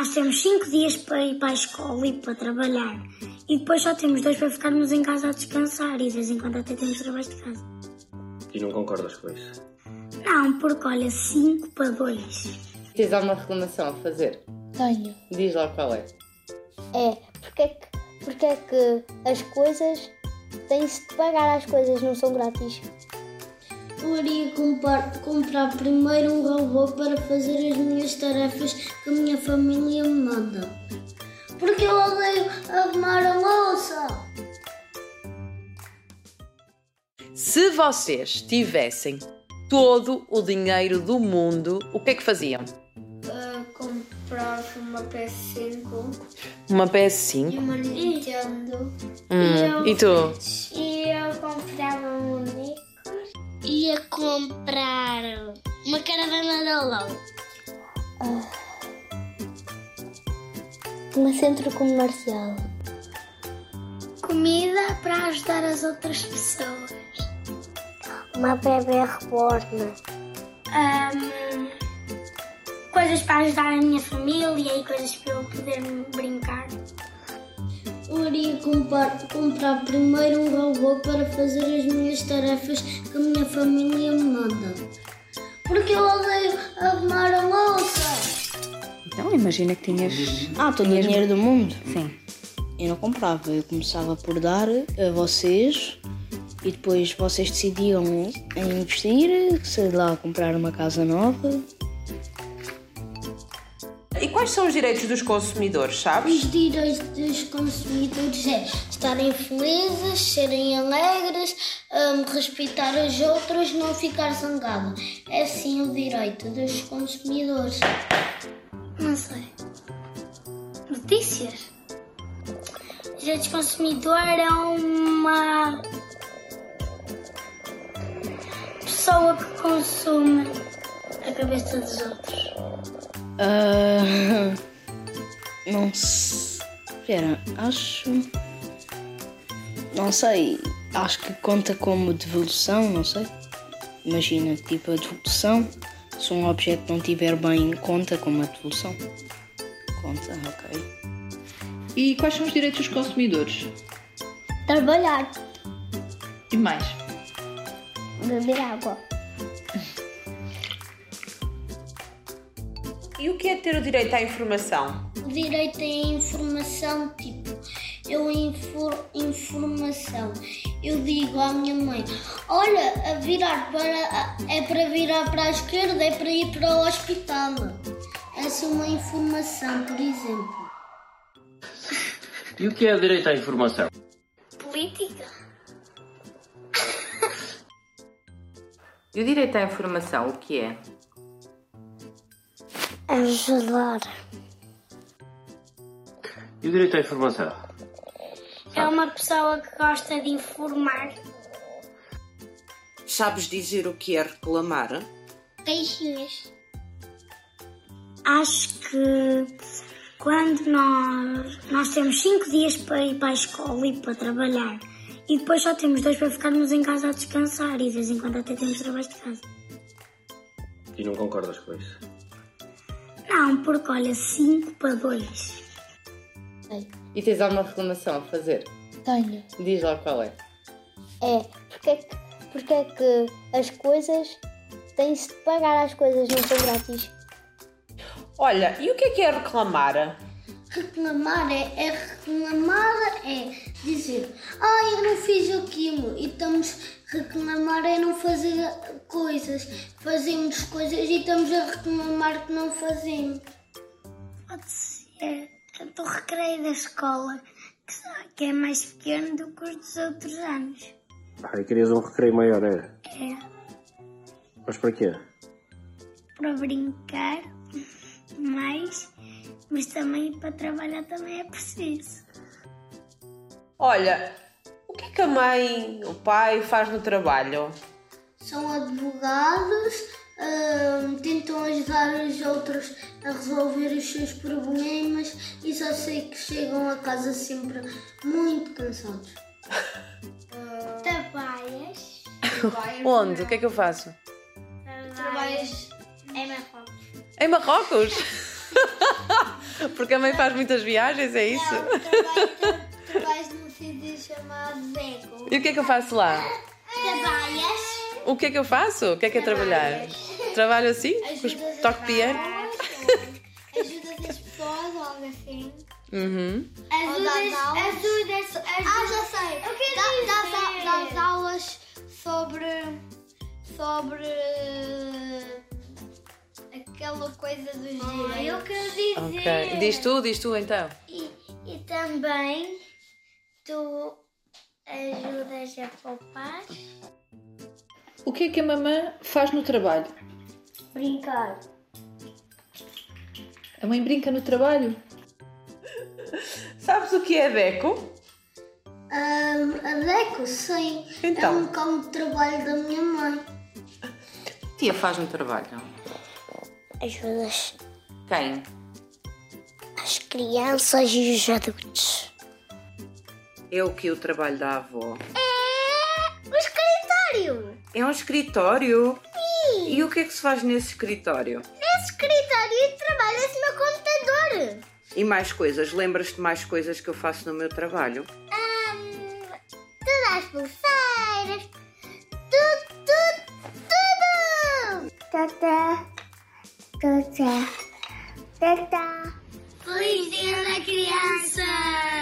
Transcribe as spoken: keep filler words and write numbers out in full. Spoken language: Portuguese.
Nós temos cinco dias para ir para a escola e para trabalhar. E depois só temos dois para ficarmos em casa a descansar. E de vez em quando até temos trabalho de casa. E não concordas com isso? Não, porque olha, cinco para dois. Tens alguma reclamação a fazer? Tenho. Diz lá qual é. É, porque é que, porque é que as coisas têm-se de pagar, as coisas não são grátis? Eu iria comprar, comprar primeiro um robô para fazer as minhas tarefas que a minha família me manda. Porque eu odeio arrumar a louça. Se vocês tivessem todo o dinheiro do mundo, o que é que faziam? Uh, comprar uma P S cinco. Uma P S cinco? E uma Nintendo. Hum, e, e tu? E eu comprava um Nico. Ia comprar uma caravana da Lolo. Uh, um centro comercial. Comida para ajudar as outras pessoas. Uma bebê reborn. Um, coisas para ajudar a minha família e coisas para eu poder brincar. Eu iria comprar, comprar primeiro um robô para fazer as minhas tarefas que a minha família me manda. Porque eu odeio arrumar a louça. Então imagina que tinhas... Ah, todo o dinheiro do mundo? Sim. Eu não comprava, eu começava por dar a vocês e depois vocês decidiam em investir, sei lá, comprar uma casa nova. E quais são os direitos dos consumidores, sabes? Os direitos dos consumidores é estarem felizes, serem alegres, um, respeitar os outros, não ficar zangado. É sim o direito dos consumidores. Não sei. Notícias? O direito do consumidor é uma pessoa que consome a cabeça dos outros. Uh, não sei. Espera, acho. Não sei. Acho que conta como devolução, não sei. Imagina, tipo a devolução. Se um objeto não estiver bem, conta como a devolução. Conta, ok. E quais são os direitos dos consumidores? Trabalhar. E mais? Beber água. E o que é ter o direito à informação? O direito à informação, tipo, eu infor, informação. Eu digo à minha mãe, olha, a virar para, é para virar para a esquerda, é para ir para o hospital. Essa é uma informação, por exemplo. E o que é o direito à informação? Política. E o direito à informação, o que é? Ajudar. E o direito à informação? É uma pessoa que gosta de informar. Sabes dizer o que é reclamar? Peixinhos. Acho que quando nós, nós temos cinco dias para ir para a escola e para trabalhar e depois só temos dois para ficarmos em casa a descansar e de vez em quando até temos trabalho de casa. E não concordas com isso? Não, porque olha, cinco para dois. E tens alguma reclamação a fazer? Tenho. Diz lá qual é. É, porque é que, porque é que as coisas têm-se de pagar, as coisas não são grátis? Olha, e o que é que é reclamar? Reclamar é, é reclamar é dizer, ah, eu não fiz aquilo. E estamos reclamar é não fazer coisas. Fazemos coisas e estamos a reclamar que não fazemos. Pode ser do recreio da escola, que é mais pequeno do que os dos outros anos. Ah, e querias um recreio maior, era? É, Mas para quê? para brincar mais, mas também para trabalhar também é preciso. Olha, o que é que a mãe, o pai faz no trabalho? São advogados, hum, tentam ajudar os outros a resolver os seus problemas e só sei que chegam a casa sempre muito cansados. Uh, trabalhas? Onde? O que é que eu faço? Trabalhas em Marrocos. Em Marrocos? Porque a mãe faz muitas viagens, é isso? Não, trabalho, tu vais num sítio chamado Deco. E o que é que eu faço lá? Trabalhas. O que é que eu faço? O que é que é trabalhar? Trabalho assim? Ajudas Toco piano? Ajudas as pessoas ou algo assim. Uhum. Ajudas, ajudas, ajudas. Ah, já sei. Eu quero Dá, dizer. Dás, dás aulas sobre. sobre. aquela coisa dos direitos. Eu quero dizer. Ok. Diz tu, diz tu então. E, e também tu ajudas a poupar. O que é que a mamã faz no trabalho? Brincar. A mãe brinca no trabalho? Sabes o que é Deco? Um, a Deco, sim. Então. É um campo de trabalho da minha mãe. O que a tia faz no trabalho? Ajudas Quem? as crianças e os adultos. É o que o trabalho da avó? É o escritório. É um escritório? Sim. E o que é que se faz nesse escritório? Nesse escritório trabalha-se no computador. E mais coisas? Lembras-te de mais coisas que eu faço no meu trabalho? Um, tu dás pulseiras. Tudo, tudo, tudo. Tata. Tata. Tata. Feliz dia da criança.